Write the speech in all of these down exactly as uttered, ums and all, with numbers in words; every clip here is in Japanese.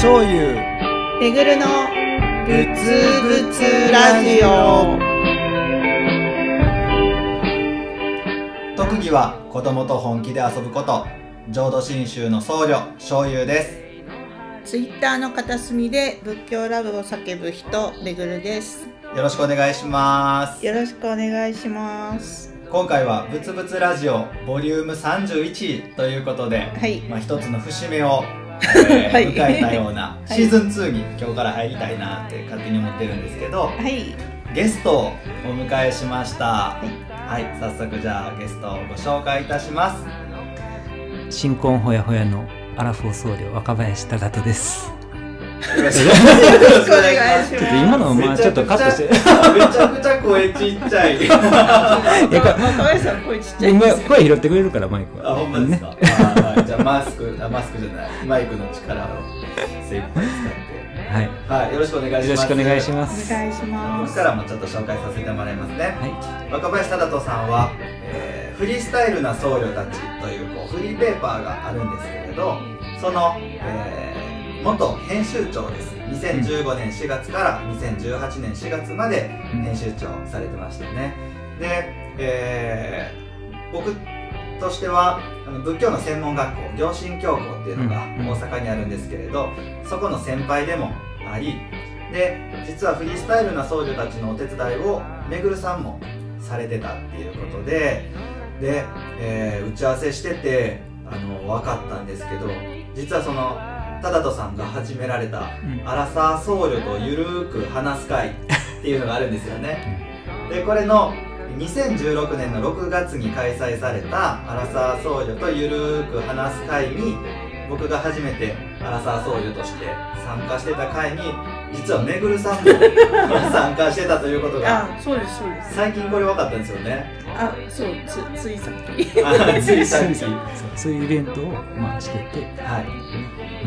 醤油めぐるのぶつぶつラジオ。 特技は子供と本気で遊ぶこと。浄土真宗の僧侶醤油です。 ツイッターの片隅で仏教ラブを叫ぶ人めぐるです。 よろしくお願いします。 よろしくお願いします。 今回はぶつぶつラジオボリュームさんじゅういちということで、はい、まあ一つの節目を、えーはい、迎えたようなシーズンツーに今日から入りたいなって勝手に思ってるんですけど、はい、ゲストをお迎えしました。はい、はい、早速じゃあゲストをご紹介いたします。 新婚ほやほやのアラフォー僧侶若林忠人です。 よろしくお願いします。 ちょっと今のまあちょっとカットして。 めちゃくちゃ声ちっちゃい。いや、 若林さん声ちっちゃい。 声拾ってくれるからマイクは。 あ、ほんまですか。あ、じゃあマスク、あ、マスクじゃない、マイクの力を精一杯使って。はい。はい、よろしくお願いします。 よろしくお願いします。 お願いします。 僕からもちょっと紹介させてもらいますね。はい。若林忠人さんは、えー、フリースタイルな僧侶たちというこうフリーペーパーがあるんですけれど、その、えー元編集長です。にせんじゅうごねんしがつからにせんじゅうはちねんしがつまで編集長されてましたね。で、えー、僕としてはあの仏教の専門学校行信教校っていうのが大阪にあるんですけれど、そこの先輩でもあり、で実はフリースタイルな僧侶たちのお手伝いをめぐるさんもされてたっていうことで、で、えー、打ち合わせしててあの分かったんですけど、実はその忠人さんが始められたアラサー僧侶とゆるーく話す会っていうのがあるんですよね。でこれのにせんじゅうろくねんのろくがつに開催されたアラサー僧侶とゆるーく話す会に僕が初めてアラサー僧侶として参加してた会に実はめぐるさんも参加してたということが、 あ、そうですそうです、 最近これ分かったんですよね。 あ、そう、つ, ついさっきついさっきそうそういうイベントをまあしてて、 はい、うん、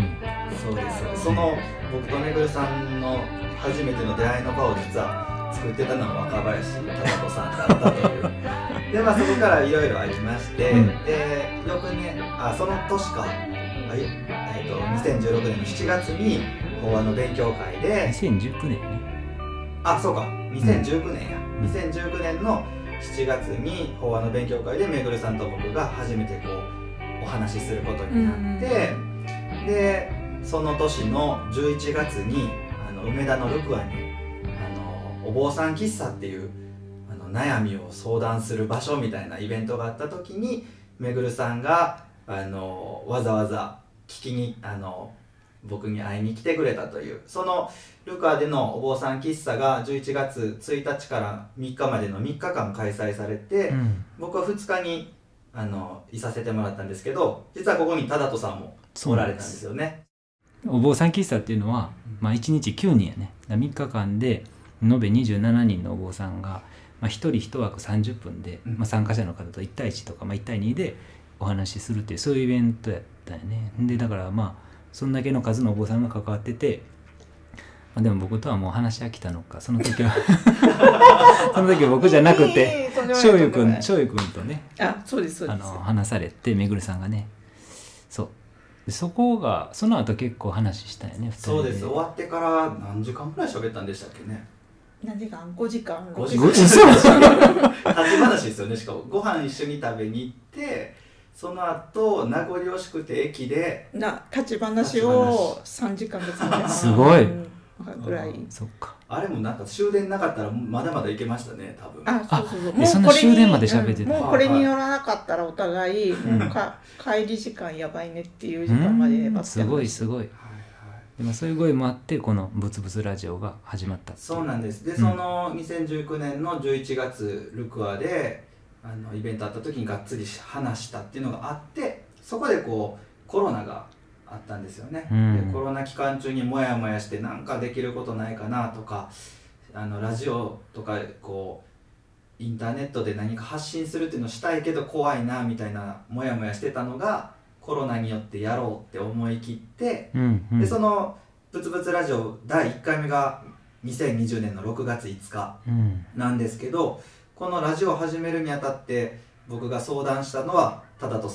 そうです。その僕とめぐるさんの初めての出会いの場を実は作ってたのは若林忠人さんだったというで、まあ、そこからいろいろありまして、うん、でよくね、あ、その年か、えー、とにせんじゅうろくねんのしちがつに法話の勉強会でにせんじゅうきゅうねんね、 あ、そうか、にせんじゅうきゅうねんや、うん、にせんじゅうきゅうねんのしちがつに法話の勉強会でめぐるさんと僕が初めてこうお話しすることになって、うん、でその年のじゅういちがつにあの梅田のルクアにあのお坊さん喫茶っていうあの悩みを相談する場所みたいなイベントがあった時にめぐるさんがあのわざわざ聞きにあの僕に会いに来てくれたという、そのルカでのお坊さん喫茶がじゅういちがつついたちからみっかまでのみっかかん開催されて、うん、僕はふつかにあのいさせてもらったんですけど、実はここに忠人さんもおられたんですよね。 お坊さん喫茶っていうのは、まあ、いちにちきゅうにんやね。みっかかんで延べにじゅうななにんのお坊さんが、まあ、ひとりいちわくさんじゅっぷんで、まあ、参加者の方といちたいいちとか、まあ、いちたいにでお話しするっていう、そういうイベントやったよね。でだからまあそんだけの数のお坊さんが関わってて、まあ、でも僕とはもう話飽きたのか、その時はその時は僕じゃなくて醤油くん醤油くんとね、 あ、そうですそうです、 あの話されて、めぐるさんがね、そうそこがその後結構話したよね、ふたりで。 そうです。終わってから何時間くらい喋ったんでしたっけね。 何時間？ごじかん。 ごじかん。立ち話ですよね。しかもご飯一緒に食べに行って、その後名残惜しくて駅でな立ち話をさんじかんでさんじかんすごい、うん、 ぐらい。 そっか。 あれもなんか終電なかったらまだまだ行けましたね、多分。 あ、そうそうそう。もうそんな終電まで喋ってた。 もうこれに乗らなかったらお互い、うん、か帰り時間やばいねっていう時間までばっすごいすごい。でもそういう声もあってこのブツブツラジオが始まった。 そうなんです。で、うん、そのにせんじゅうきゅうねんのじゅういちがつルクアであのイベントあった時にがっつり話したっていうのがあって、そこでこうコロナがあったんですよね、うん、でコロナ期間中にモヤモヤして何かできることないかなとか、あのラジオとかこうインターネットで何か発信するっていうのをしたいけど怖いなみたいなモヤモヤしてたのがコロナによってやろうって思い切って、うんうん、でそのブツブツラジオだいいっかいめがにせんにじゅうねんのろくがついつかなんですけど、うん、このラジオを始めるにあたって僕が相談したのは忠人さん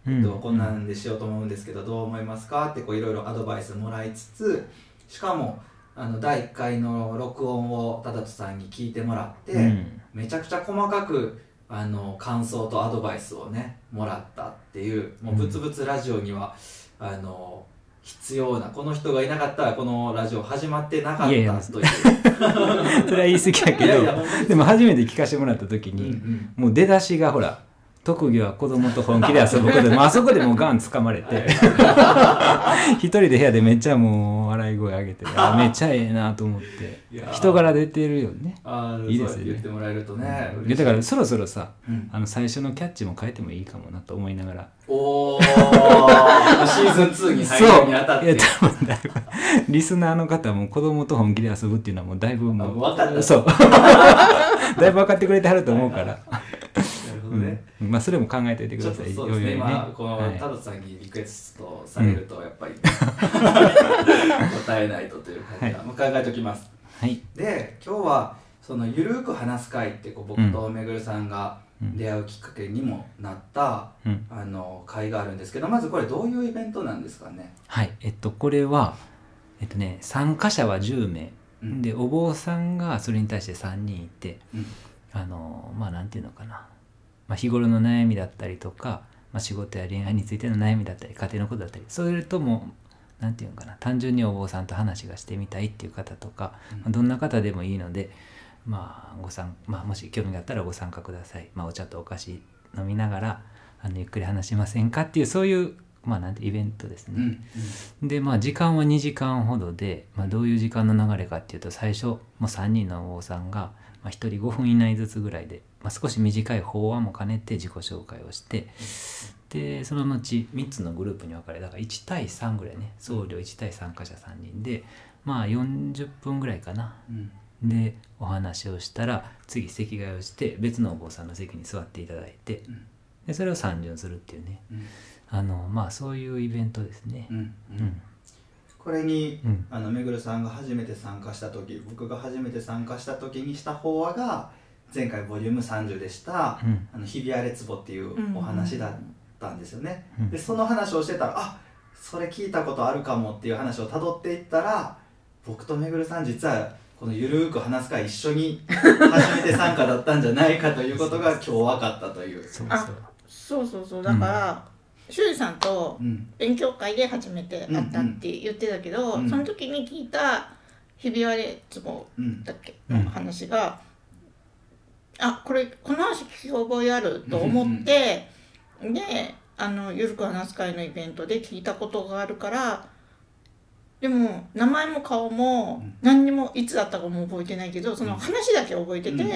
えっと、こんなんでしようと思うんですけどどう思いますかってこういろいろアドバイスもらいつつ、しかもあのだいいっかいの録音をタダトさんに聞いてもらって、うん、めちゃくちゃ細かくあの感想とアドバイスをねもらったっていう、もうブツブツラジオにはあの必要な、この人がいなかったらこのラジオ始まってなかったという。いやいやそれは言い過ぎやけど、いやいやでも初めて聞かせてもらった時に、うんうん、もう出だしがほら特技は子供と本気で遊ぶことで、もうあそこでもうガン掴まれて一人で部屋でめっちゃもう笑い声上げて、あめっちゃええなと思って、人柄出てるよね。 あいいですね。言ってもらえるとね、 うん、いやだからそろそろさ、うん、あの最初のキャッチも変えてもいいかもなと思いながら、 おーシーズンツーに入るにあたって、いや多分だいぶリスナーの方も子供と本気で遊ぶっていうのはもうだいぶもう分かった、 そうだいぶ分かってくれてはると思うから、ね、うん、まあそれも考えておいてください。 そうですね、ね今このタダさんにリクエストされるとやっぱり、ね、うん、答えないとという感じが、はい、もう考えておきます。 はい、 で今日はそのゆるく話す会ってこう僕とめぐるさんが出会うきっかけにもなった、うん、あの会があるんですけど、まずこれどういうイベントなんですかね。 はい、えっとこれはえっとね参加者はじゅうめい、うん、でお坊さんがそれに対してさんにんいて、うん、あのまあなんていうのかな、まあ、日頃の悩みだったりとか、まあ、仕事や恋愛についての悩みだったり家庭のことだったり、それともなんていうのかな、単純にお坊さんと話がしてみたいっていう方とか、うん、まあ、どんな方でもいいので、まあご参まあ、もし興味があったらご参加ください。まあ、お茶とお菓子飲みながらあのゆっくり話しませんかっていう、そういう、まあ、なんてイベントですね。うんうん、でまあ時間はにじかんほどで、まあ、どういう時間の流れかっていうと、最初もうさんにんのお坊さんが、まあ、ひとりごふん以内ずつぐらいで、まあ、少し短い法話も兼ねて自己紹介をして、でその後みっつのグループに分かれ、だからいちたいさんぐらいね、僧侶いち対参加者さんにんでまあよんじゅっぷんぐらいかな、うん、でお話をしたら次席替えをして別のお坊さんの席に座っていただいて、うん、でそれを参巡するっていうね、うん、あのまあそういうイベントですね。うんうんうん、これに、うん、あのめぐるさんが初めて参加した時、僕が初めて参加した時にした法話が前回ボリュームさんじゅうでした、うん、あの日比谷列母っていうお話だったんですよね。うん、でその話をしてたら、あそれ聞いたことあるかもっていう話をたどっていったら、僕とめぐるさん実はこのゆるーく話す会一緒に初めて参加だったんじゃないかということが今日分かったという。 そうそうそうそう、だから、うん、しゅうさんと勉強会で初めて会ったって言ってたけど、うんうん、その時に聞いた日比谷列母だっけ、うん、の話が、あこれこの話聞き覚えあると思って、うんうん、であのゆるく話す会のイベントで聞いたことがあるから、でも名前も顔も何にもいつだったかも覚えてないけど、その話だけ覚えてて、うんうんうん、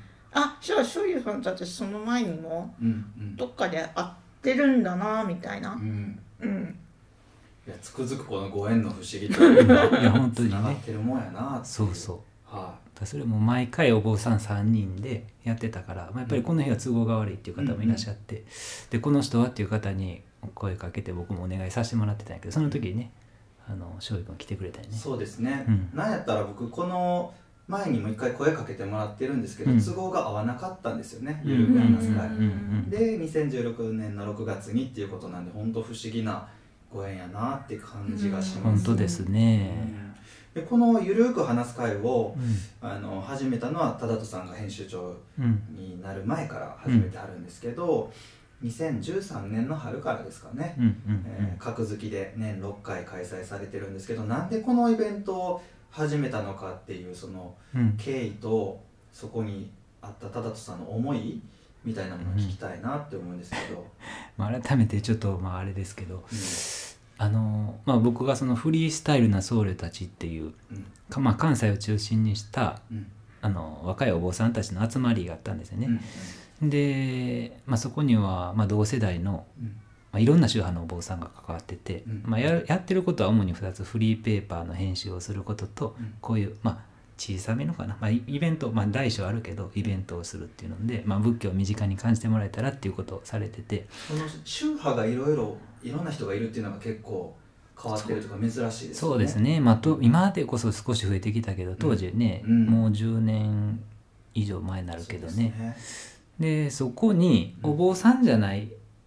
あじゃあしょうゆさんと私その前にもどっかで会ってるんだなみたいな、うんうん、 いやつくづくこのご縁の不思議というかいや本当にね、 つながってるもんやなっていう。 そうそう、はあ、それも毎回お坊さんさんにんでやってたから、まあ、やっぱりこの日は都合が悪いっていう方もいらっしゃって、うんうん、でこの人はっていう方に声かけて僕もお願いさせてもらってたんやけど、その時にねあの翔くん来てくれたよね。 そうですね、うん、なんやったら僕この前にも一回声かけてもらってるんですけど、うん、都合が合わなかったんですよね、ゆるく話す会でにせんじゅうろくねんのろくがつにっていうことなんで、本当不思議なご縁やなって感じがします。 本当ですね、 うん、でこのゆるく話す会を、うん、あの始めたのはタダトさんが編集長になる前から始めてあるんですけど、うん、にせんじゅうさんねんの春からですかね、格付きで年ろっかい開催されてるんですけど、なんでこのイベントを始めたのかっていうその経緯と、そこにあったタダトさんの思いみたいなものを聞きたいなって思うんですけど、 まあ、改めてちょっとまああれですけど、うん、あのまあ、僕がそのフリースタイルな僧侶たちっていう、うん、まあ、関西を中心にした、うん、あの若いお坊さんたちの集まりがあったんですよね。うんうん、で、まあ、そこにはまあ同世代の、うん、まあ、いろんな宗派のお坊さんが関わってて、うん、まあ、や, やってることは主にふたつ、フリーペーパーの編集をすることと、うん、こういう、まあ、小さめのかな、まあ、イベント、まあ、大小あるけどイベントをするっていうので、まあ、仏教を身近に感じてもらえたらっていうことをされてて、 その宗派がいろいろいろんな人がいるっていうのが結構変わってるとか珍しいですね。 そうですね、まあ、と今でこそ少し増えてきたけど、当時ね、うん、もうじゅうねん以上前になるけどね、 そ, で、ね、でそこにお坊さんじゃない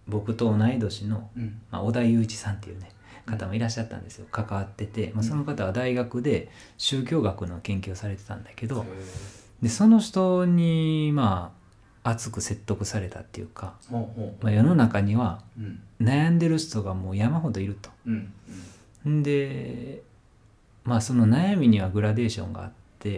僕と同い年の、 うんまあ、小田裕一さんっていうね方もいらっしゃったんですよ。関わってて、まあ、その方は大学で宗教学の研究をされてたんだけど、でその人にまあ熱く説得されたっていうか、 ほうほうまあ、世の中にはうん悩んでる人がもう山ほどいると。 うんんでまあその悩みにはグラデーションがあって、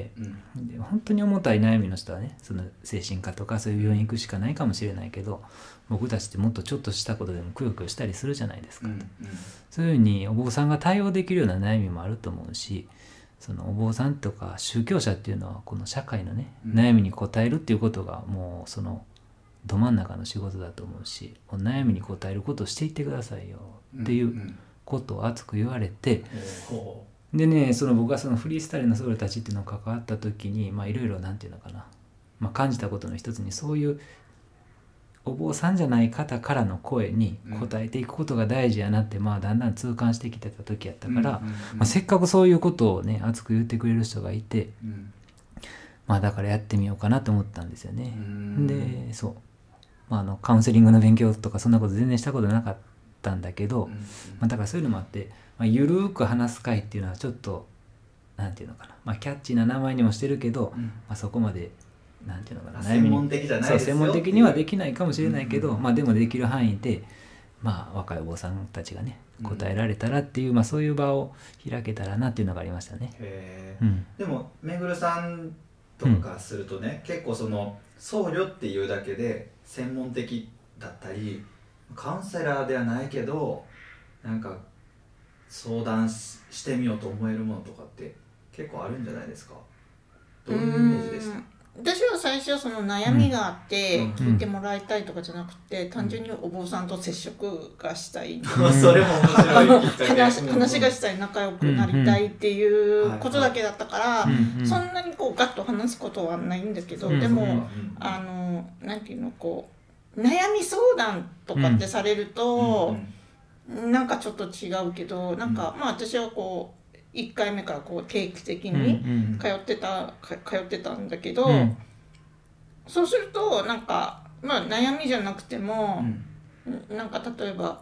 うんで本当に重たい悩みの人はねその精神科とかそういう病院行くしかないかもしれないけど、僕たちってもっとちょっとしたことでもくよくよしたりするじゃないですか、 うんうんそういうふうにお坊さんが対応できるような悩みもあると思うし、そのお坊さんとか宗教者っていうのはこの社会のね、 うん悩みに応えるっていうことがもうそのど真ん中の仕事だと思うし、もう悩みに応えることをしていってくださいよっていううんことを熱く言われて、 ほでねその僕がそのフリースタイルの僧侶たちっていうのを関わった時にまあいろいろなんていうのかな、まあ、感じたことの一つにそういうお坊さんじゃない方からの声に応えていくことが大事やなって、まあだんだん痛感してきてた時やったから、 うんうんうんまあ、せっかくそういうことをね熱く言ってくれる人がいて、 うんまあだからやってみようかなと思ったんですよね。 うんでそう、まあ、あのカウンセリングの勉強とかそんなこと全然したことなかったんだけど、 うんまあ、だからそういうのもあって、まあ、ゆるーく話す会っていうのはちょっとなんていうのかな、まあ、キャッチーな名前にもしてるけど、 うんまあ、そこまでなんていうのかな専門的じゃないそうですよ専門的にはできないかもしれないけど、 うんうんまあ、でもできる範囲で、まあ、若いお坊さんたちがね答えられたらっていう、まあ、そういう場を開けたらなっていうのがありましたね。 へーうんでもめぐるさんとかからするとね、結構その僧侶っていうだけで専門的だったりカウンセラーではないけどなんか相談 し, してみようと思えるものとかって結構あるんじゃないですか？どういうイメージでした？ 私は最初その悩みがあってうん聞いてもらいたいとかじゃなくて、単純にお坊さんと接触がしたい、 それも面白いきっかけ話話がしたい、仲良くなりたいっていうことだけだったから、 うんうんそんなにこうガッと話すことはないんだけど、 うんでも、 うんあのなんていうのこう悩み相談とかってされると、なんかちょっと違うけど、なんか、まあ私はこういっかいめからこう定期的に通ってた、か通ってたんだけど、 うんそうするとなんか、まあ、悩みじゃなくても、 うんなんか例えば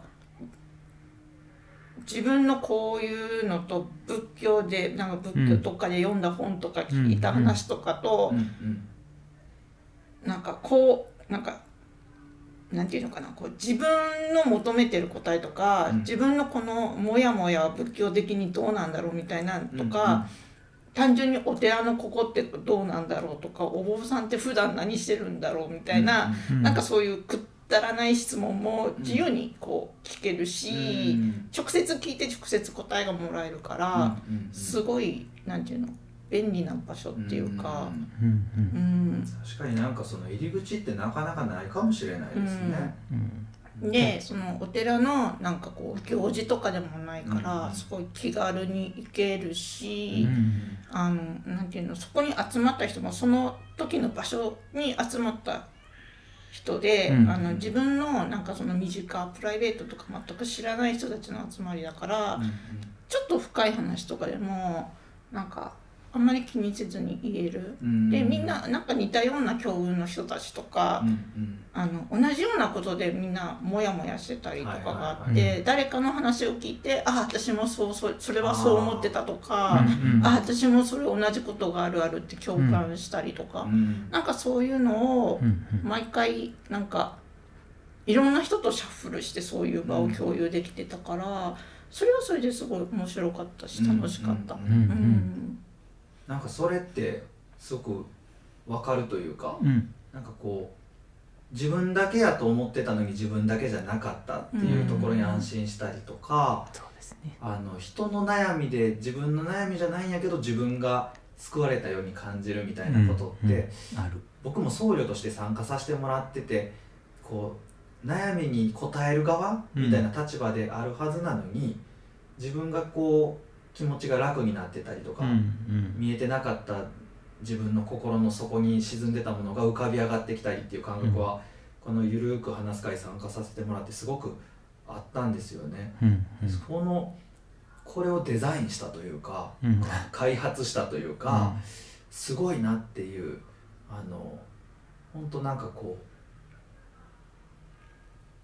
自分のこういうのと仏教でなんか仏教とかで読んだ本とか聞いた話とかと、 うんうんなんかこうなんかなんていうのかな、こう自分の求めてる答えとか、 うん自分のこのモヤモヤ仏教的にどうなんだろうみたいなとか、 うんうん単純にお寺のここってどうなんだろうとか、お坊さんって普段何してるんだろうみたいな、 うんなんかそういうくったらない質問も自由にこう聞けるし、 うん直接聞いて直接答えがもらえるから、 うんうんうんすごいなんていうの便利な場所っていうか、 うんうんううんん確かになんかその入り口ってなかなかないかもしれないですね。 うんでそのお寺のなんかこう行事とかでもないから、 うんすごい気軽に行けるし、 うんあのなんていうの、そこに集まった人もその時の場所に集まった人で、 うんあの自分のなんかその身近プライベートとか全く知らない人たちの集まりだから、 うんちょっと深い話とかでもなんかあんまり気にせずに言える。 うんでみんななんか似たような境遇の人たちとか、 うんうんあの同じようなことでみんなモヤモヤしてたりとかがあって、 はいはいはい誰かの話を聞いて、あ私もそうそうそれはそう思ってたとか、 うんうんあ私もそれ同じことがあるあるって共感したりとか、 うんなんかそういうのをうん毎回なんかいろんな人とシャッフルしてそういう場を共有できてたから、それはそれですごい面白かったし楽しかった。 うんうんうんなんかそれってすごくわかるというか、 うんなんかこう自分だけやと思ってたのに自分だけじゃなかったっていうところに安心したりとか、 そうですね。 あの人の悩みで自分の悩みじゃないんやけど自分が救われたように感じるみたいなことって、 うんうんある。 僕も僧侶として参加させてもらってて、こう悩みに応える側みたいな立場であるはずなのに、自分がこう気持ちが楽になってたりとか、 うんうん見えてなかった自分の心の底に沈んでたものが浮かび上がってきたりっていう感覚は、このゆるーく話す会参加させてもらってすごくあったんですよね。 うんうんそのこれをデザインしたというか、 うん開発したというか、すごいなっていう、あの本当なんかこう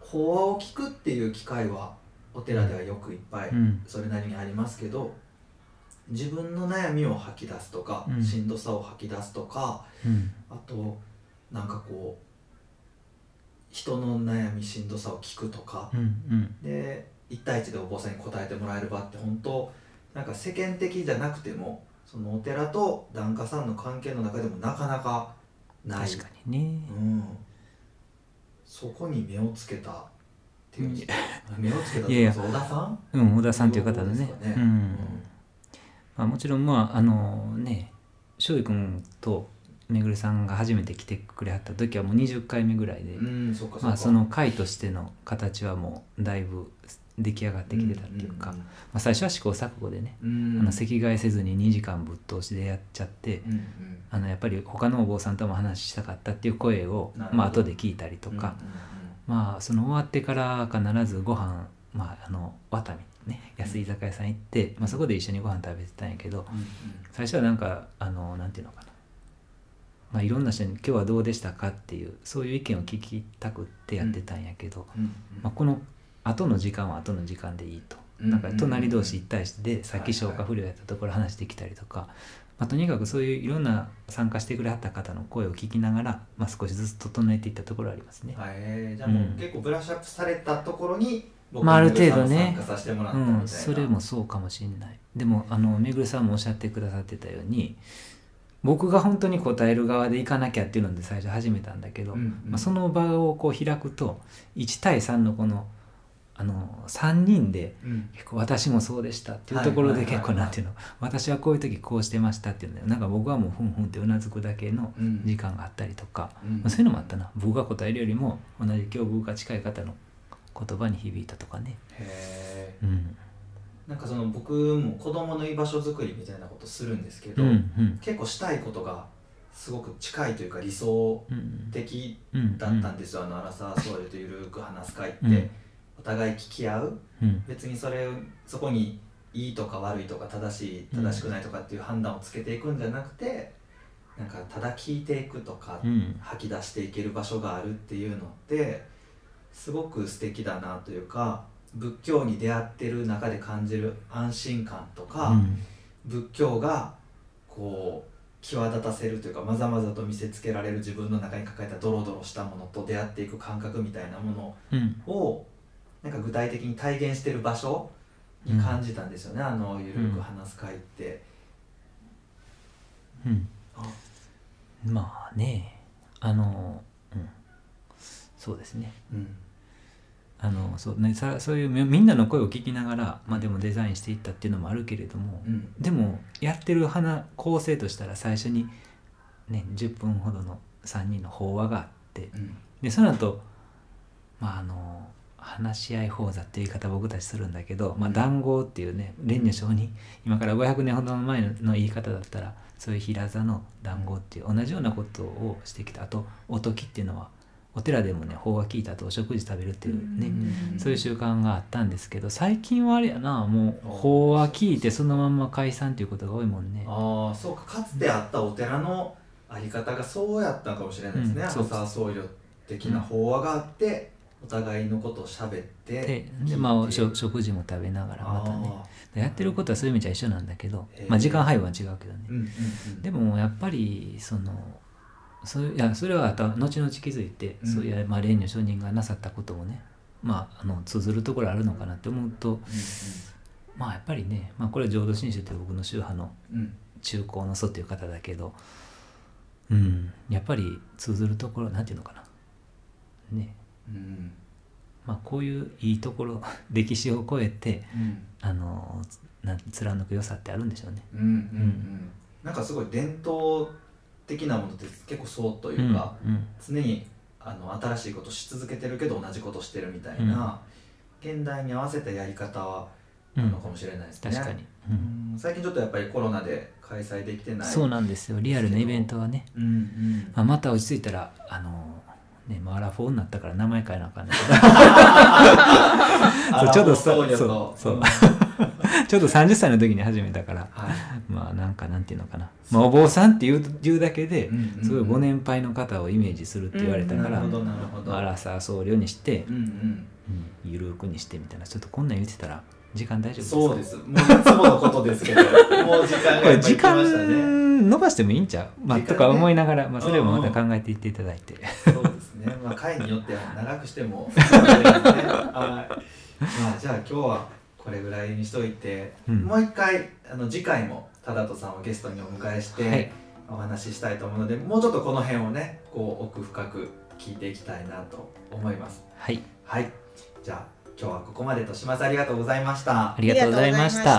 法話を聞くっていう機会はお寺ではよくいっぱいそれなりにありますけど、うん、自分の悩みを吐き出すとか、うん、しんどさを吐き出すとか、うん、あとなんかこう人の悩みしんどさを聞くとか、うんうん、で一対一でお坊さんに答えてもらえる場って本当なんか世間的じゃなくてもそのお寺と檀家さんの関係の中でもなかなかない。 確かにね、 うん、そこに目をつけたっていう、目をつけたっていうか小田さん、 うん小田さんという方だね。ね、うんうん、まあ、もちろんまああのね翔宇君とめぐるさんが初めて来てくれはった時はもうにじゅっかいめぐらいで、うん、そっかそっか、まあ、その会としての形はもうだいぶ出来上がってきてたっていうか、うんうんうん、まあ、最初は試行錯誤でね、うん、あの席替えせずににじかんぶっ通しでやっちゃって、うんうん、あのやっぱり他のお坊さんとも話したかったっていう声を、まあ後で聞いたりとか、うんうんうん、まあその終わってから必ずご飯、まあ、あのワタミね安い居酒屋さん行って、まあ、そこで一緒にご飯食べてたんやけど、うんうん、最初はなんかあのなんていうのかな、まあ、いろんな人に今日はどうでしたかっていうそういう意見を聞きたくってやってたんやけど、うんうんうん、まあ、この後の時間は後の時間でいいと、なんか隣同士一対一でさっき消化不良やったところ話してきたりとか、まあ、とにかくそういういろんな参加してくれはった方の声を聞きながら、まあ、少しずつ整えていったところありますね。 へえ、じゃあもう結構ブラッシュアップされたところに僕まあ、ある程度ね参加させてもらったみたいな、うん、 それもそうかもしれない。でもあのめぐるさんもおっしゃってくださってたように僕が本当に答える側で行かなきゃっていうので最初始めたんだけど、うんうん、まあ、その場をこう開くといち対さんのこのあのさんにんで結構私もそうでしたっていうところで結構なんていうの私はこういう時こうしてましたっていうのでなんか僕はもうふんふんってうなずくだけの時間があったりとか、うん、まあ、そういうのもあったな。僕が答えるよりも同じ境遇が近い方の言葉に響いたとかね。 へー、うん、なんかその僕も子供の居場所づくりみたいなことするんですけど、うんうん、結構したいことがすごく近いというか理想的だったんですよ、うんうん、あのアラサー僧侶とゆるく話す会って、うん、お互い聞き合う、うん、別にそれそこにいいとか悪いとか正しい正しくないとかっていう判断をつけていくんじゃなくて、なんかただ聞いていくとか、うん、吐き出していける場所があるっていうのってすごく素敵だなというか、仏教に出会ってる中で感じる安心感とか、うん、仏教がこう際立たせるというかまざまざと見せつけられる自分の中に抱えたドロドロしたものと出会っていく感覚みたいなものを、うん、なんか具体的に体現してる場所に感じたんですよね、うん、あのゆるく話す会って、 うんうん、まあねあの、うん、そうですね、うん、あのそうね、さそういうみんなの声を聞きながら、まあ、でもデザインしていったっていうのもあるけれども、うん、でもやってる花構成としたら最初に、ね、じゅっぷんほどのさんにんの法話があって、うん、でその後、まああの話し合い法座っていう言い方僕たちするんだけど、まあ、談合っていうね蓮如上人今からごひゃくねんほど前の言い方だったらそういう平座の談合っていう同じようなことをしてきた。あとおときっていうのはお寺でもね法話聞いた後お食事食べるっていうね、うん、そういう習慣があったんですけど、最近はあれやな、もう法話聞いてそのまんま解散っていうことが多いもんね。 ああそうか、かつてあったお寺のあり方がそうやったかもしれないですね。浅沢僧侶的な法話があって、うん、お互いのことをしゃべってで、まあ、食事も食べながらまたねやってることはそういう意味じゃ一緒なんだけど、まあ、時間配分は違うけどね、うんうんうん、でもやっぱりそのそういやそれは後々気づいて、うん、そういうまあ蓮如上人がなさったこともね、まあ、あの通ずるところあるのかなって思うと、うんうん、まあやっぱりね、まあ、これは浄土真宗という僕の宗派の中高の祖という方だけど、うん、やっぱり通ずるところなんていうのかなね、うん、まあこういういいところ歴史を超えて、うん、あのな貫く良さってあるんでしょうね。うんうんうん、 なんかすごい伝統的なものって結構そうというか、うんうん、常にあの新しいことし続けてるけど同じことしてるみたいな、うん、現代に合わせたやり方はあるのかもしれないですね、 うん、確かに、 うん、最近ちょっとやっぱりコロナで開催できてない。 そうなんですよ、リアルなイベントはね、うんうん、まあ、また落ち着いたらあのね、まあ、アラフォーになったから名前変えなあかんねんけどちょっとそうそうそうちょっとさんじゅっさいの時に始めたから、はい、まあなんかなんていうのかな、まあ、お坊さんって言う、言うだけですごいご年配の方をイメージするって言われたから、アラサー僧侶にして、うんうん、ゆるくにしてみたいな。ちょっとこんなん言ってたら時間大丈夫ですか？ そうです。もういつものことですけどもう時間がやっぱり来ましたね。 時間伸ばしてもいいんちゃう、まあね、とか思いながら、まあ、それをまた考えていっていただいて、 うんうん、そうですね、まあ、回によっては長くしてもいいですね。はい、まあ、じゃあ今日はこれぐらいにしといて、うん、もう一回あの次回も忠人さんをゲストにお迎えして、はい、お話ししたいと思うので、もうちょっとこの辺をねこう奥深く聞いていきたいなと思います。 はい、 はい、じゃあ今日はここまでとします。ありがとうございました。 ありがとうございました。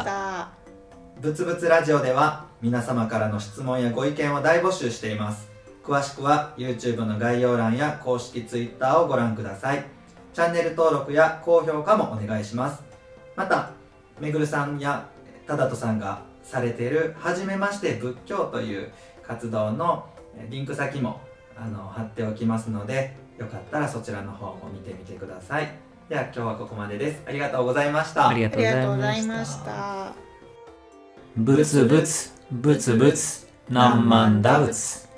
ぶつぶつラジオでは皆様からの質問やご意見を大募集しています。詳しくは YouTube の概要欄や公式 Twitter をご覧ください。チャンネル登録や高評価もお願いします。まためぐるさんや忠人さんがされているはじめまして仏教という活動のリンク先もあの貼っておきますので、よかったらそちらの方も見てみてください。では今日はここまでです。ありがとうございました。 ありがとうございました。ぶつぶつぶつぶつ何万打仏。